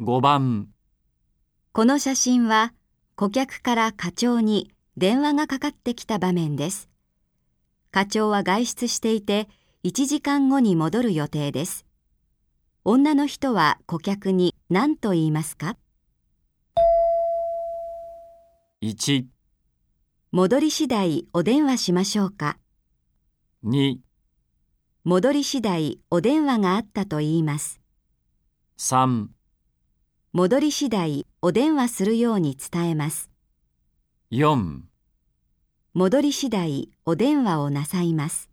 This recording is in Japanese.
5番、 この写真は顧客から課長に電話がかかってきた場面です。課長は外出していて1時間後に戻る予定です。女の人は顧客に何と言いますか？ 1、 戻り次第お電話しましょうか。 2、 戻り次第お電話があったと言います。 3、 戻り次第お電話するように伝えます。 4 戻り次第お電話をなさいます。